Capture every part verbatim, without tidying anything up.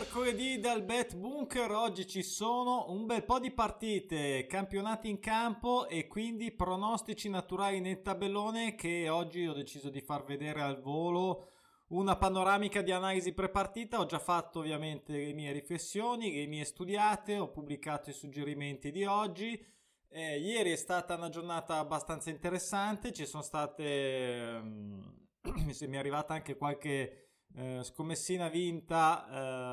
Mercoledì dal Bet Bunker, oggi ci sono un bel po' di partite, campionati in campo e quindi pronostici naturali nel tabellone, che oggi ho deciso di far vedere al volo una panoramica di analisi prepartita. Ho già fatto ovviamente le mie riflessioni, le mie studiate, ho pubblicato i suggerimenti di oggi. Eh, ieri è stata una giornata abbastanza interessante, ci sono state, um, mi è arrivata anche qualche eh, scommessina vinta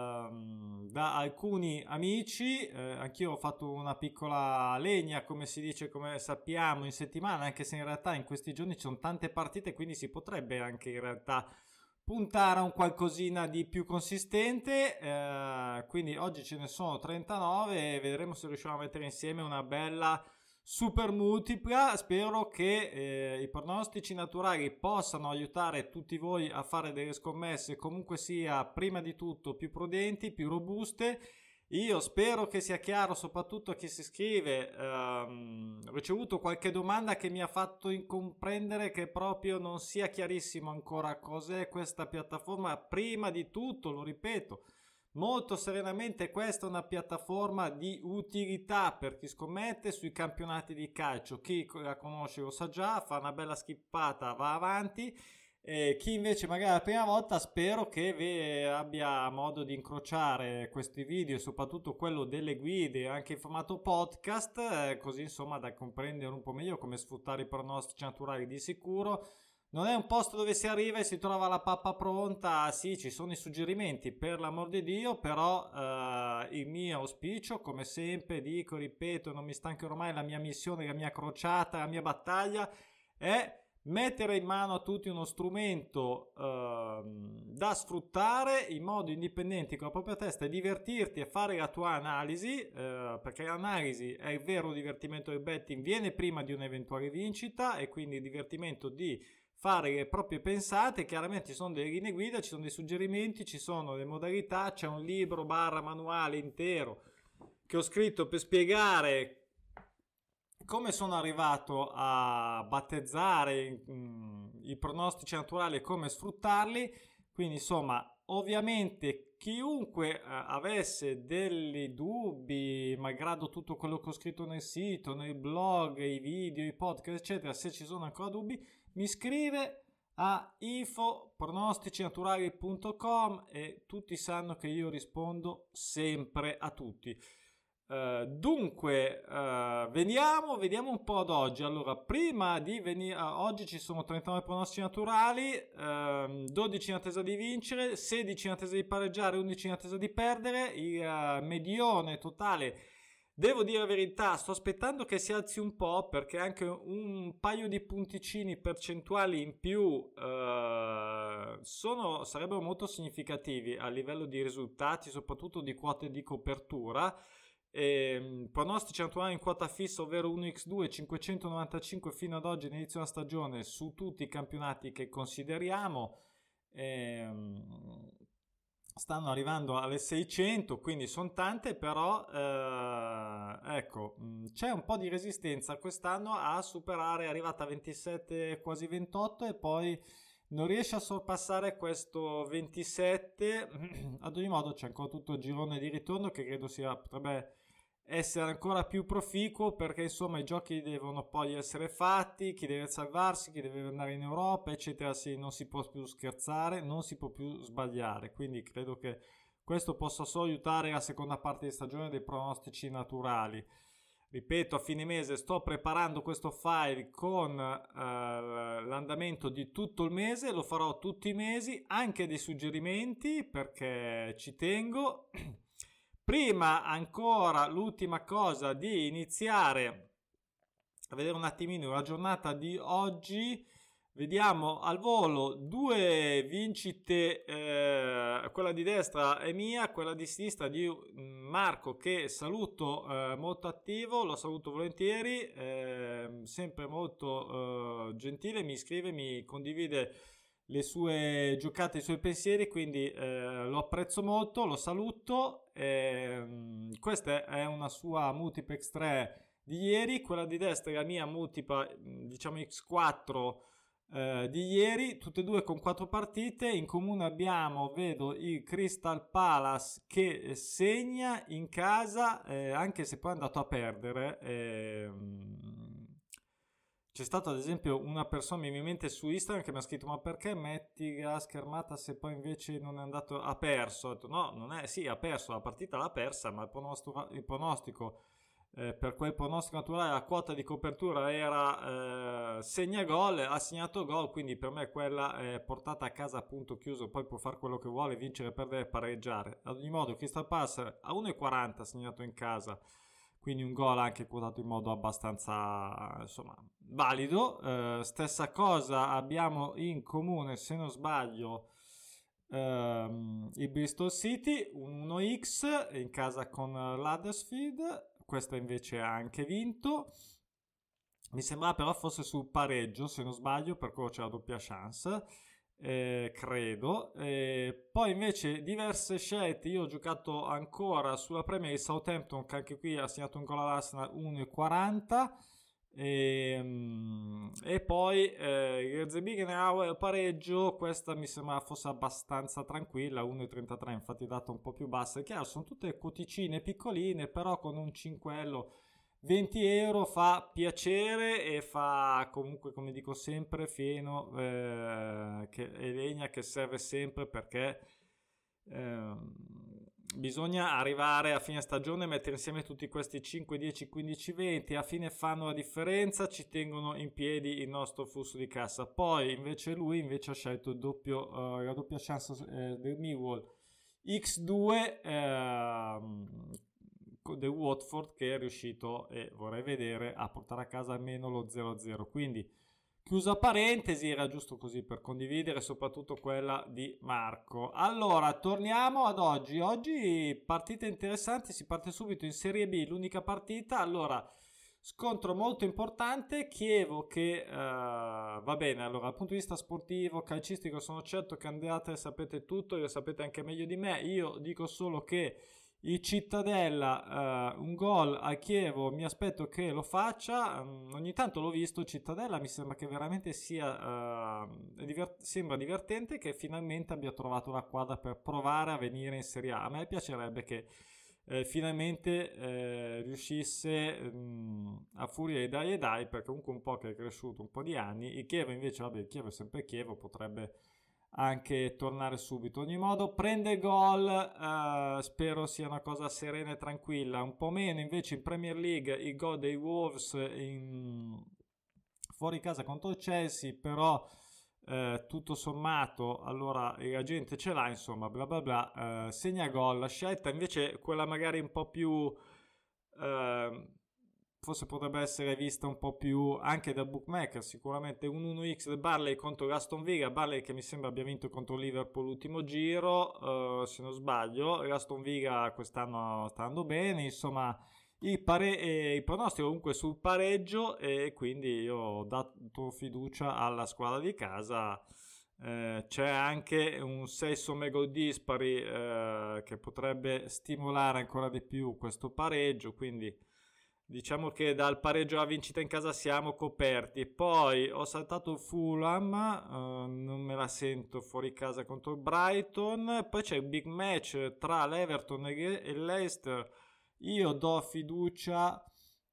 eh, da alcuni amici. Eh, anch'io ho fatto una piccola legna, come si dice, come sappiamo, in settimana, anche se in realtà in questi giorni ci sono tante partite, quindi si potrebbe anche in realtà puntare a un qualcosina di più consistente. Eh, quindi oggi ce ne sono trentanove e vedremo se riusciamo a mettere insieme una bella super multipla. Spero che eh, i pronostici naturali possano aiutare tutti voi a fare delle scommesse comunque sia prima di tutto più prudenti, più robuste. Io spero che sia chiaro soprattutto a chi si iscrive. ehm, ho ricevuto qualche domanda che mi ha fatto comprendere che proprio non sia chiarissimo ancora cos'è questa piattaforma. Prima di tutto, lo ripeto molto serenamente, questa è una piattaforma di utilità per chi scommette sui campionati di calcio. Chi la conosce lo sa già, fa una bella schippata, va avanti. E chi invece magari è la prima volta, spero che vi abbia modo di incrociare questi video, soprattutto quello delle guide, anche in formato podcast, eh, così insomma da comprendere un po' meglio come sfruttare i pronostici naturali. Di sicuro non è un posto dove si arriva e si trova la pappa pronta. Sì, ci sono i suggerimenti, per l'amor di Dio, però eh, il mio auspicio, come sempre dico, ripeto, non mi stancherò mai, la mia missione, la mia crociata, la mia battaglia è mettere in mano a tutti uno strumento ehm, da sfruttare in modo indipendente con la propria testa e divertirti a fare la tua analisi, eh, perché l'analisi è il vero divertimento del betting, viene prima di un'eventuale vincita, e quindi il divertimento di fare le proprie pensate. Chiaramente ci sono delle linee guida, ci sono dei suggerimenti, ci sono le modalità, c'è un libro barra manuale intero che ho scritto per spiegare come sono arrivato a battezzare mh, i pronostici naturali e come sfruttarli. Quindi insomma, ovviamente chiunque eh, avesse dei dubbi, malgrado tutto quello che ho scritto nel sito, nel blog, i video, i podcast eccetera, se ci sono ancora dubbi mi scrive a info pronosticinaturali punto com e tutti sanno che io rispondo sempre a tutti. Uh, dunque uh, veniamo, vediamo un po' ad oggi. Allora, prima di venire uh, oggi ci sono trentanove pronostici naturali, uh, dodici in attesa di vincere, sedici in attesa di pareggiare, undici in attesa di perdere. Il uh, medione totale, devo dire la verità, sto aspettando che si alzi un po', perché anche un paio di punticini percentuali in più uh, sono, sarebbero molto significativi a livello di risultati, soprattutto di quote di copertura. E, pronostici naturali in quota fissa, ovvero uno virgola due cinquecentonovantacinque fino ad oggi inizio della stagione su tutti i campionati che consideriamo. E, stanno arrivando alle seicento, quindi sono tante, però eh, ecco, c'è un po' di resistenza quest'anno a superare. È arrivata a ventisette, quasi ventotto, e poi non riesce a sorpassare questo ventisette. Ad ogni modo c'è ancora tutto il girone di ritorno, che credo sia, potrebbe essere ancora più proficuo, perché insomma i giochi devono poi essere fatti, chi deve salvarsi, chi deve andare in Europa eccetera. Sì, non si può più scherzare, non si può più sbagliare, quindi credo che questo possa solo aiutare la seconda parte di stagione dei pronostici naturali. Ripeto, a fine mese sto preparando questo file con uh, l'andamento di tutto il mese, lo farò tutti i mesi, anche dei suggerimenti, perché ci tengo. Prima ancora, l'ultima cosa, di iniziare a vedere un attimino la giornata di oggi. Vediamo al volo due vincite, eh, quella di destra è mia, quella di sinistra di Marco, che saluto, eh, molto attivo, lo saluto volentieri, eh, sempre molto eh, gentile, mi scrive, mi condivide le sue giocate, i suoi pensieri, quindi eh, lo apprezzo molto, lo saluto. Eh, questa è una sua multiplex tre di ieri, quella di destra è la mia multipla, diciamo X quattro eh, di ieri, tutte e due con quattro partite. In comune abbiamo, vedo, il Crystal Palace che segna in casa, eh, anche se poi è andato a perdere. ehm, C'è stata ad esempio una persona, mi viene in mente su Instagram, che mi ha scritto: ma perché metti la schermata se poi invece non è andato, ha perso? Ho detto no, non è, sì, ha perso, la partita l'ha persa, ma il pronostico, il pronostico eh, per quel pronostico naturale, la quota di copertura era eh, segna gol, ha segnato gol, quindi per me quella è portata a casa a punto chiuso, poi può fare quello che vuole, vincere, perdere, pareggiare. Ad ogni modo Crystal Palace a uno e quaranta ha segnato in casa, quindi un gol anche quotato in modo abbastanza, insomma, valido. Eh, stessa cosa abbiamo in comune, se non sbaglio, ehm, il Bristol City, un uno x in casa con l'Huddersfield. Questa invece ha anche vinto. Mi sembrava però fosse sul pareggio, se non sbaglio, per quello c'è la doppia chance. Eh, credo. Eh, poi invece diverse scelte. Io ho giocato ancora sulla Premier di Southampton, che anche qui ha segnato un gol all'Arsenal uno e quaranta. E, e poi eh, il Zebighenauer pareggio. Questa mi sembra fosse abbastanza tranquilla, uno e trentatré, infatti data un po' più bassa. È chiaro, sono tutte quoticine piccoline, però con un cinquello venti euro fa piacere e fa comunque, come dico sempre, fieno eh, che, e legna che serve sempre, perché eh, bisogna arrivare a fine stagione e mettere insieme tutti questi cinque, dieci, quindici, venti, a fine fanno la differenza, ci tengono in piedi il nostro flusso di cassa. Poi invece lui invece ha scelto il doppio, eh, la doppia chance eh, del Millwall X due eh, del Watford, che è riuscito, e vorrei vedere, a portare a casa almeno lo zero a zero. Quindi chiusa parentesi, era giusto così per condividere, soprattutto quella di Marco. Allora, torniamo ad oggi. Oggi partite interessanti, si parte subito in Serie B, l'unica partita. Allora, scontro molto importante, Chievo che, uh, va bene, allora dal punto di vista sportivo, calcistico, sono certo che andate, sapete tutto, lo sapete anche meglio di me. Io dico solo che il Cittadella, uh, un gol a Chievo, mi aspetto che lo faccia. Um, ogni tanto l'ho visto, il Cittadella mi sembra che veramente sia uh, divert- sembra divertente, che finalmente abbia trovato la quadra per provare a venire in Serie A. A me piacerebbe che eh, finalmente eh, riuscisse mh, a furia e dai e dai, perché comunque un po' che è cresciuto un po' di anni. Il Chievo invece, vabbè, il Chievo è sempre Chievo, potrebbe anche tornare subito. Ad ogni modo prende gol, eh, spero sia una cosa serena e tranquilla. Un po' meno invece in Premier League il gol dei Wolves in... fuori casa contro il Chelsea, però eh, tutto sommato allora la gente ce l'ha, insomma, bla bla bla. Eh, segna gol, la scelta invece quella magari un po' più eh, forse potrebbe essere vista un po' più anche da bookmaker, sicuramente un uno x del Barley contro Aston Villa. Barley che mi sembra abbia vinto contro Liverpool l'ultimo giro, uh, se non sbaglio. Aston Villa quest'anno sta andando bene, insomma il, pare- eh, il pronostico comunque sul pareggio, e quindi io ho dato fiducia alla squadra di casa. Eh, c'è anche un sei somme gol dispari eh, che potrebbe stimolare ancora di più questo pareggio, quindi diciamo che dal pareggio alla vincita in casa siamo coperti. Poi ho saltato il Fulham, eh, non me la sento fuori casa contro il Brighton. Poi c'è il big match tra l'Everton e il Leicester. Io do fiducia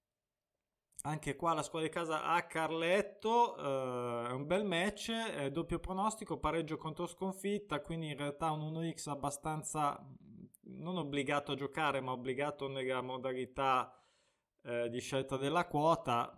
anche qua alla squadra di casa a Carletto. Eh, è un bel match, è doppio pronostico, pareggio contro sconfitta, quindi in realtà un uno x abbastanza non obbligato a giocare, ma obbligato nella modalità Eh, di scelta della quota.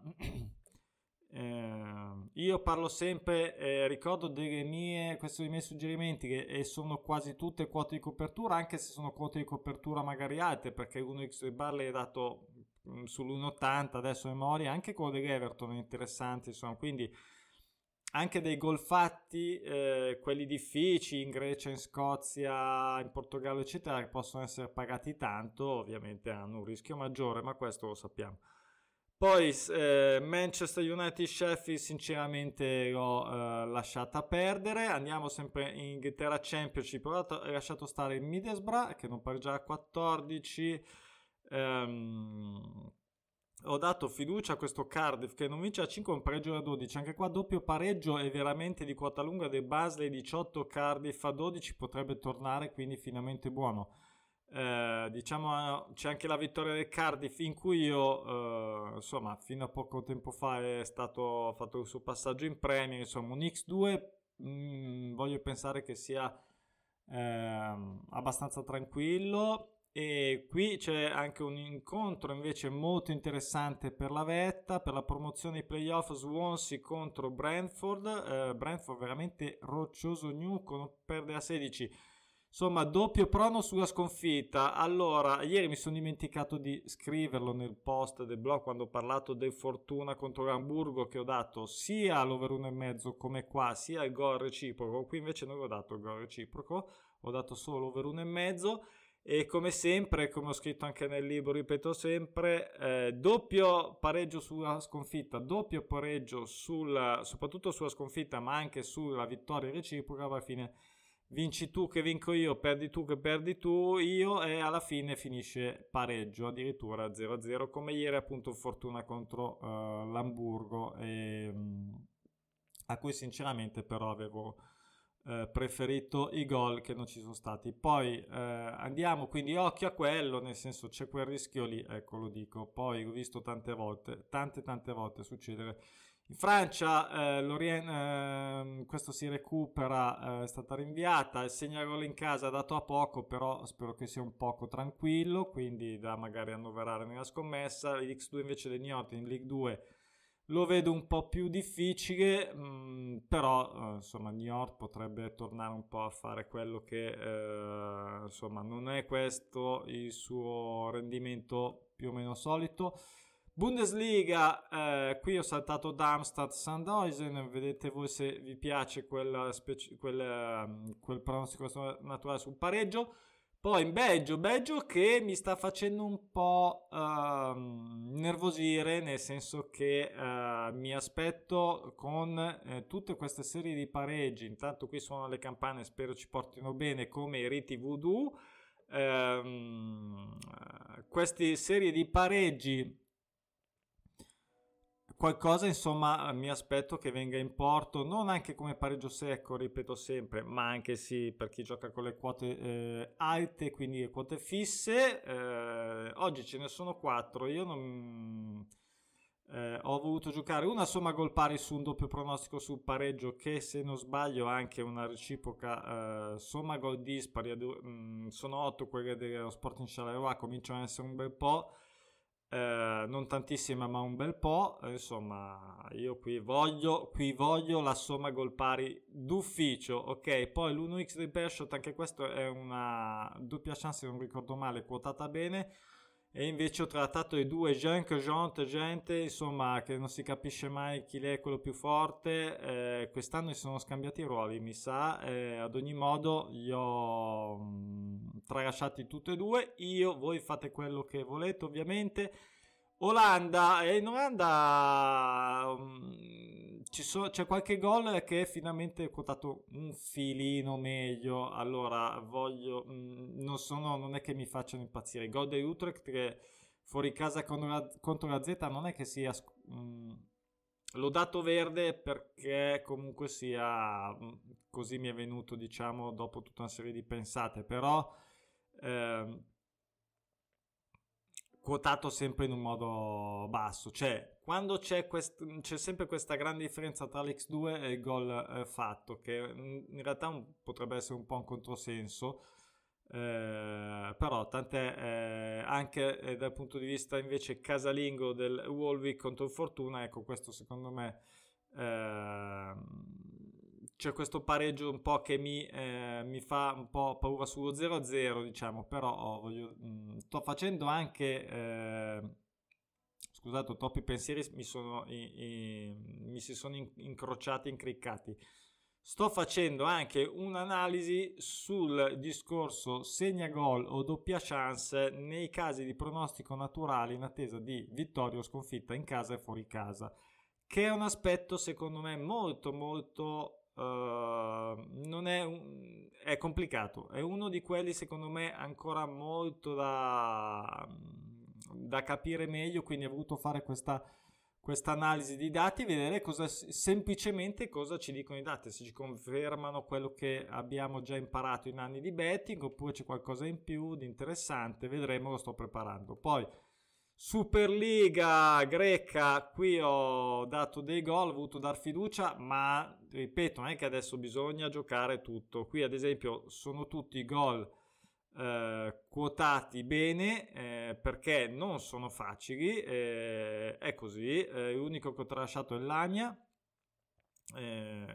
eh, io parlo sempre, eh, ricordo delle mie, questi sono i miei suggerimenti, che e sono quasi tutte quote di copertura, anche se sono quote di copertura magari alte, perché uno x Barley è dato mh, sull'uno ottanta adesso a memoria, anche quello dell'Everton è interessante, insomma, quindi anche dei gol fatti, eh, quelli difficili in Grecia, in Scozia, in Portogallo, eccetera, che possono essere pagati tanto, ovviamente hanno un rischio maggiore, ma questo lo sappiamo. Poi eh, Manchester United Sheffield sinceramente l'ho eh, lasciata perdere. Andiamo sempre in Inghilterra Championship, ho lasciato stare il Middlesbrough che non pareggia a quattordici. ehm ho dato fiducia a questo Cardiff che non vince a cinque, un pareggio da dodici, anche qua doppio pareggio è veramente di quota lunga del Barnsley diciotto, Cardiff a dodici, potrebbe tornare, quindi finalmente buono. Eh, diciamo c'è anche la vittoria del Cardiff in cui io eh, insomma fino a poco tempo fa è stato ha fatto il suo passaggio in Premier, insomma un X due mh, voglio pensare che sia eh, abbastanza tranquillo. E qui c'è anche un incontro invece molto interessante per la vetta, per la promozione ai playoff, Swansea contro Brentford. eh, Brentford veramente roccioso Newcastle, perde a sedici. Insomma, doppio prono sulla sconfitta. Allora, ieri mi sono dimenticato di scriverlo nel post del blog quando ho parlato del Fortuna contro Hamburgo, che ho dato sia l'over uno e mezzo come qua, sia il gol reciproco. Qui invece non ho dato il gol reciproco, ho dato solo l'over uno e mezzo. E come sempre, come ho scritto anche nel libro, ripeto sempre, eh, doppio pareggio sulla sconfitta, doppio pareggio sul, soprattutto sulla sconfitta, ma anche sulla vittoria reciproca. Alla fine vinci tu che vinco io, perdi tu che perdi tu io, e alla fine finisce pareggio, addirittura zero a zero, come ieri appunto Fortuna contro uh, l'Hamburgo, e, um, a cui sinceramente però avevo eh, preferito i gol che non ci sono stati. Poi eh, andiamo, quindi occhio a quello, nel senso c'è quel rischio lì, ecco lo dico. Poi ho visto tante volte, tante tante volte succedere. In Francia eh, Lorient, eh, questo si recupera, eh, è stata rinviata, il segnagol in casa ha dato a poco, però spero che sia un poco tranquillo, quindi da magari annoverare nella scommessa. L'X due invece del Niort in Ligue due lo vedo un po' più difficile, mh, però eh, insomma Niort potrebbe tornare un po' a fare quello che eh, insomma non è questo il suo rendimento più o meno solito. Bundesliga, eh, qui ho saltato Darmstadt Sandhausen, vedete voi se vi piace quel, speci- quel, quel pronostico naturale sul pareggio. Poi in Belgio, Belgio che mi sta facendo un po' uh, nervosire, nel senso che uh, mi aspetto con eh, tutte queste serie di pareggi, intanto qui suonano le campane, spero ci portino bene come i riti voodoo, uh, queste serie di pareggi, qualcosa insomma mi aspetto che venga in porto, non anche come pareggio secco, ripeto sempre, ma anche sì per chi gioca con le quote eh, alte, quindi le quote fisse. Eh, oggi ce ne sono quattro, io non eh, ho voluto giocare una somma gol pari su un doppio pronostico sul pareggio, che se non sbaglio anche una reciproca eh, somma gol dispari, mh, sono otto quelle dello Sporting Charleroi, cominciano ad essere un bel po'. Eh, non tantissima ma un bel po', eh, insomma io qui voglio qui voglio la somma gol pari d'ufficio, ok. Poi l'uno x di Bershot, anche questo è una doppia chance se non ricordo male, quotata bene, e invece ho trattato i due Genk, Gente, gente, insomma che non si capisce mai chi è quello più forte. Eh, quest'anno si sono scambiati i ruoli mi sa, eh, ad ogni modo io ho mh, tralasciati tutti e due, io voi fate quello che volete ovviamente. Olanda, e in Olanda um, ci so, c'è qualche gol che è finalmente quotato un filino meglio. Allora voglio um, non sono non è che mi facciano impazzire i gol di Utrecht, che fuori casa contro la, contro la Z non è che sia um, l'ho dato verde perché comunque sia um, così mi è venuto, diciamo, dopo tutta una serie di pensate, però ehm, quotato sempre in un modo basso, cioè quando c'è, quest- c'è sempre questa grande differenza tra l'X due e il gol eh, fatto, che in realtà un, potrebbe essere un po' un controsenso, eh, però tant'è, eh, anche eh, dal punto di vista invece casalingo del Wolvik contro il Fortuna, ecco questo secondo me eh, c'è questo pareggio un po' che mi, eh, mi fa un po' paura sullo zero a zero, diciamo, però oh, voglio, mh, sto facendo anche eh, scusate, troppi pensieri mi, sono, i, i, mi si sono in, incrociati, incriccati. Sto facendo anche un'analisi sul discorso segna gol o doppia chance nei casi di pronostico naturale in attesa di vittoria o sconfitta in casa e fuori casa, che è un aspetto secondo me molto molto uh, non è, un, è complicato, è uno di quelli secondo me ancora molto da, da capire meglio, quindi ho voluto fare questa questa analisi di dati, vedere cosa, semplicemente cosa ci dicono i dati, se ci confermano quello che abbiamo già imparato in anni di betting oppure c'è qualcosa in più di interessante, vedremo, lo sto preparando. Poi Superliga greca, qui ho dato dei gol, ho voluto dar fiducia, ma ripeto, non è che adesso bisogna giocare tutto. Qui ad esempio sono tutti gol Eh, quotati bene, eh, perché non sono facili, eh, è così. Eh, l'unico che ho tralasciato è l'Ania, eh,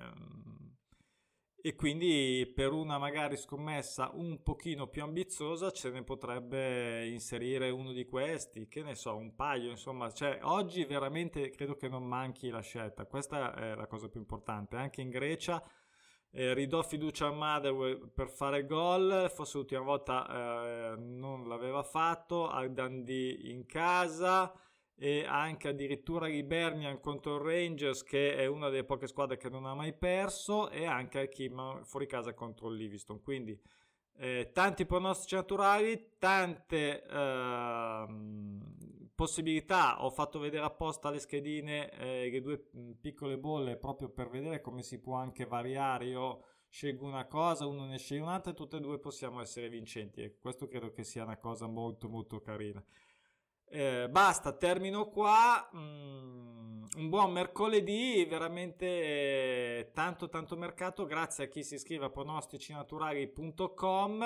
e quindi per una magari scommessa un pochino più ambiziosa ce ne potrebbe inserire uno di questi, che ne so, un paio, insomma. Cioè, oggi veramente credo che non manchi la scelta, questa è la cosa più importante. Anche in Grecia Eh, ridò fiducia a Motherwell per fare gol, forse l'ultima volta eh, non l'aveva fatto, a Dundee in casa, e anche addirittura Hibernian contro il Rangers, che è una delle poche squadre che non ha mai perso, e anche al Kim fuori casa contro il Livingston. Quindi eh, tanti pronostici naturali, tante eh, possibilità. Ho fatto vedere apposta le schedine, eh, le due piccole bolle, proprio per vedere come si può anche variare. Io scelgo una cosa, uno ne sceglie un'altra, e tutte e due possiamo essere vincenti, e questo credo che sia una cosa molto molto carina. Eh, basta, termino qua. Mm, un buon mercoledì, veramente eh, tanto tanto mercato, grazie a chi si iscrive a pronosticinaturali punto com.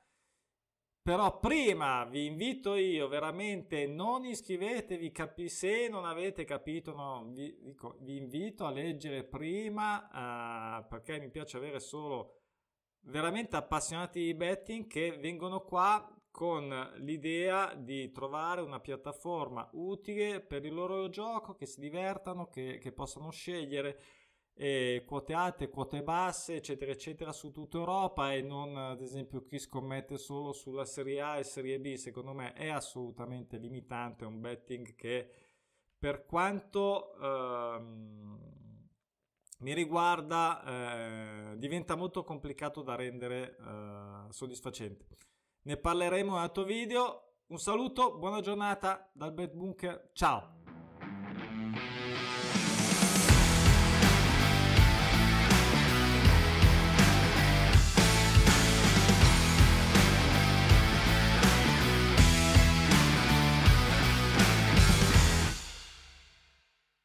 Però prima vi invito io, veramente non iscrivetevi, capi- se non avete capito, no, vi, dico, vi invito a leggere prima, uh, perché mi piace avere solo veramente appassionati di betting che vengono qua con l'idea di trovare una piattaforma utile per il loro gioco, che si divertano, che, che possano scegliere e quote alte, quote basse, eccetera eccetera, su tutta Europa, e non ad esempio chi scommette solo sulla Serie A e Serie B. Secondo me è assolutamente limitante, è un betting che, per quanto ehm, mi riguarda, eh, diventa molto complicato da rendere eh, soddisfacente. Ne parleremo in un altro video. Un saluto, buona giornata dal Bet Bunker, ciao!